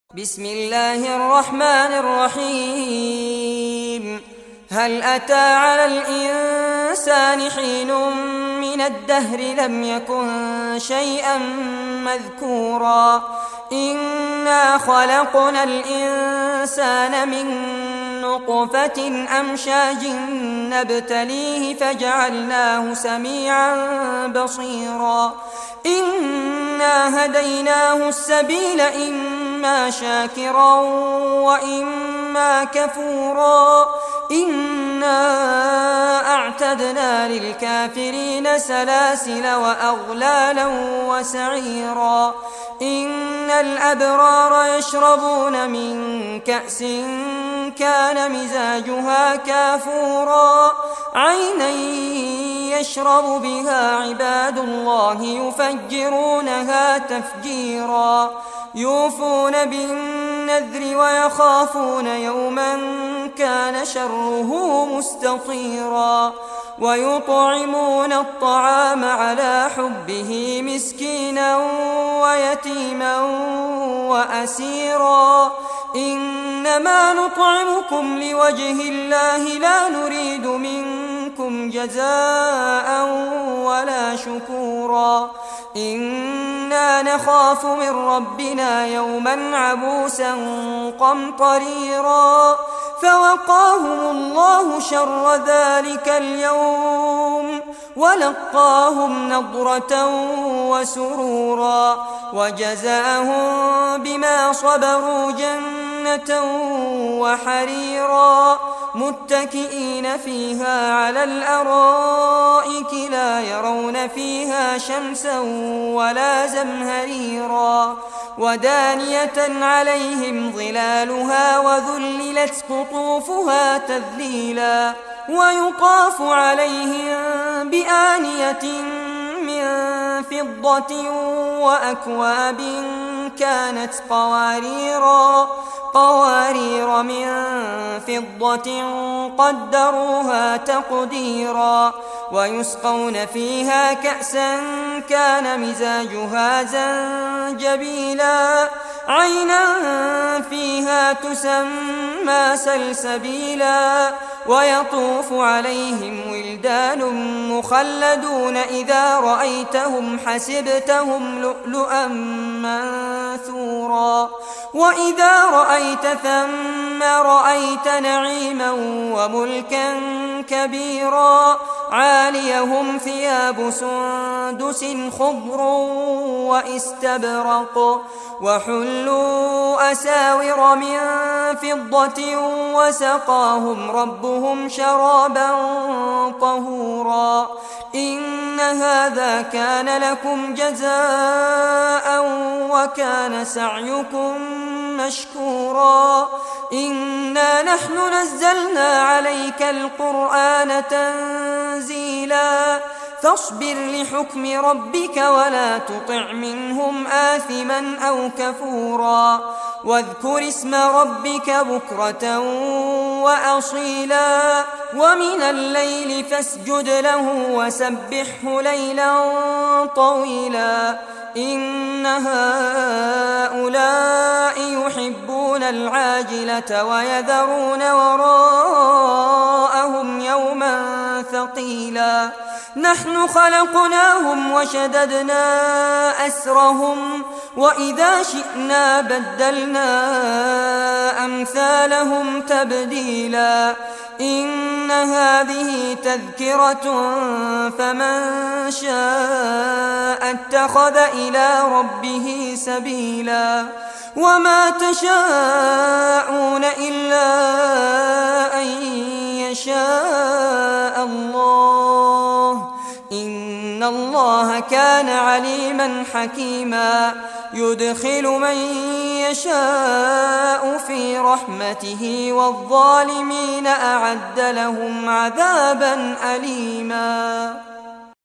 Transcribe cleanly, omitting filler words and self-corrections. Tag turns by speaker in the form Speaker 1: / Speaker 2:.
Speaker 1: بسم الله الرحمن الرحيم. هل أتى على الإنسان حين من الدهر لم يكن شيئا مذكورا إنا خلقنا الإنسان من نطفة أمشاج نبتليه فجعلناه سميعا بصيرا إنا هديناه السبيل إما شاكرا وإما كفورا إنا أعتدنا للكافرين سلاسل وأغلالا وسعيرا إن الأبرار يشربون من كأس كان مزاجها كافورا عينا يشرب بها عباد الله يفجرونها تفجيرا يوفون بالنذر ويخافون يوما كان شره مستطيرا ويطعمون الطعام على حبه مسكينا ويتيما وأسيرا إنما نطعمكم لوجه الله لا نريد منكم جزاء ولا شكورا إنا نخاف من ربنا يوما عبوسا قمطريرا فوقاهم الله شر ذلك اليوم ولقاهم نضرة وسرورا وجزاهم بما صبروا جنة وحريرا متكئين فيها على الأرائك لا يرون فيها شمسا ولا زمهريرا ودانية عليهم ظلالها وذللت قطوفها تذليلا ويطاف عليهم بآنية من فضة وأكواب كانت قوارير من فضة قدروها تقديرا ويسقون فيها كأسا كان مزاجها زنجبيلا عينا فيها تسمى سلسبيلا ويطوف عليهم ولدان مخلدون إذا رأيتهم حسبتهم لؤلؤا منثورا وإذا رأيت ثم رأيت نعيما وملكا كبيرا عاليهم ثياب سندس خضر واستبرق وحلوا أساور من فضة وسقاهم ربهم شرابا طهورا إن هذا كان لكم جزاء وكان سعيكم مشكورا إنا نحن نزلنا عليك القرآن تنزيلا فاصبر لحكم ربك ولا تطع منهم آثما أو كفورا واذكر اسم ربك بكرة وأصيلا ومن الليل فاسجد له وسبحه ليلا طويلا إن هؤلاء يحبون العاجلة ويذرون وراءهم يوما ثقيلا نحن خلقناهم وشددنا أسرهم وإذا شئنا بدلنا أمثالهم تبديلا إن هذه تذكرة فمن شاء اتخذ إلى ربه سبيلا وما تشاءون إلا أن يشاء الله إن الله كان عليما حكيما يدخل من يشاء في رحمته والظالمين أعد لهم عذابا أليما.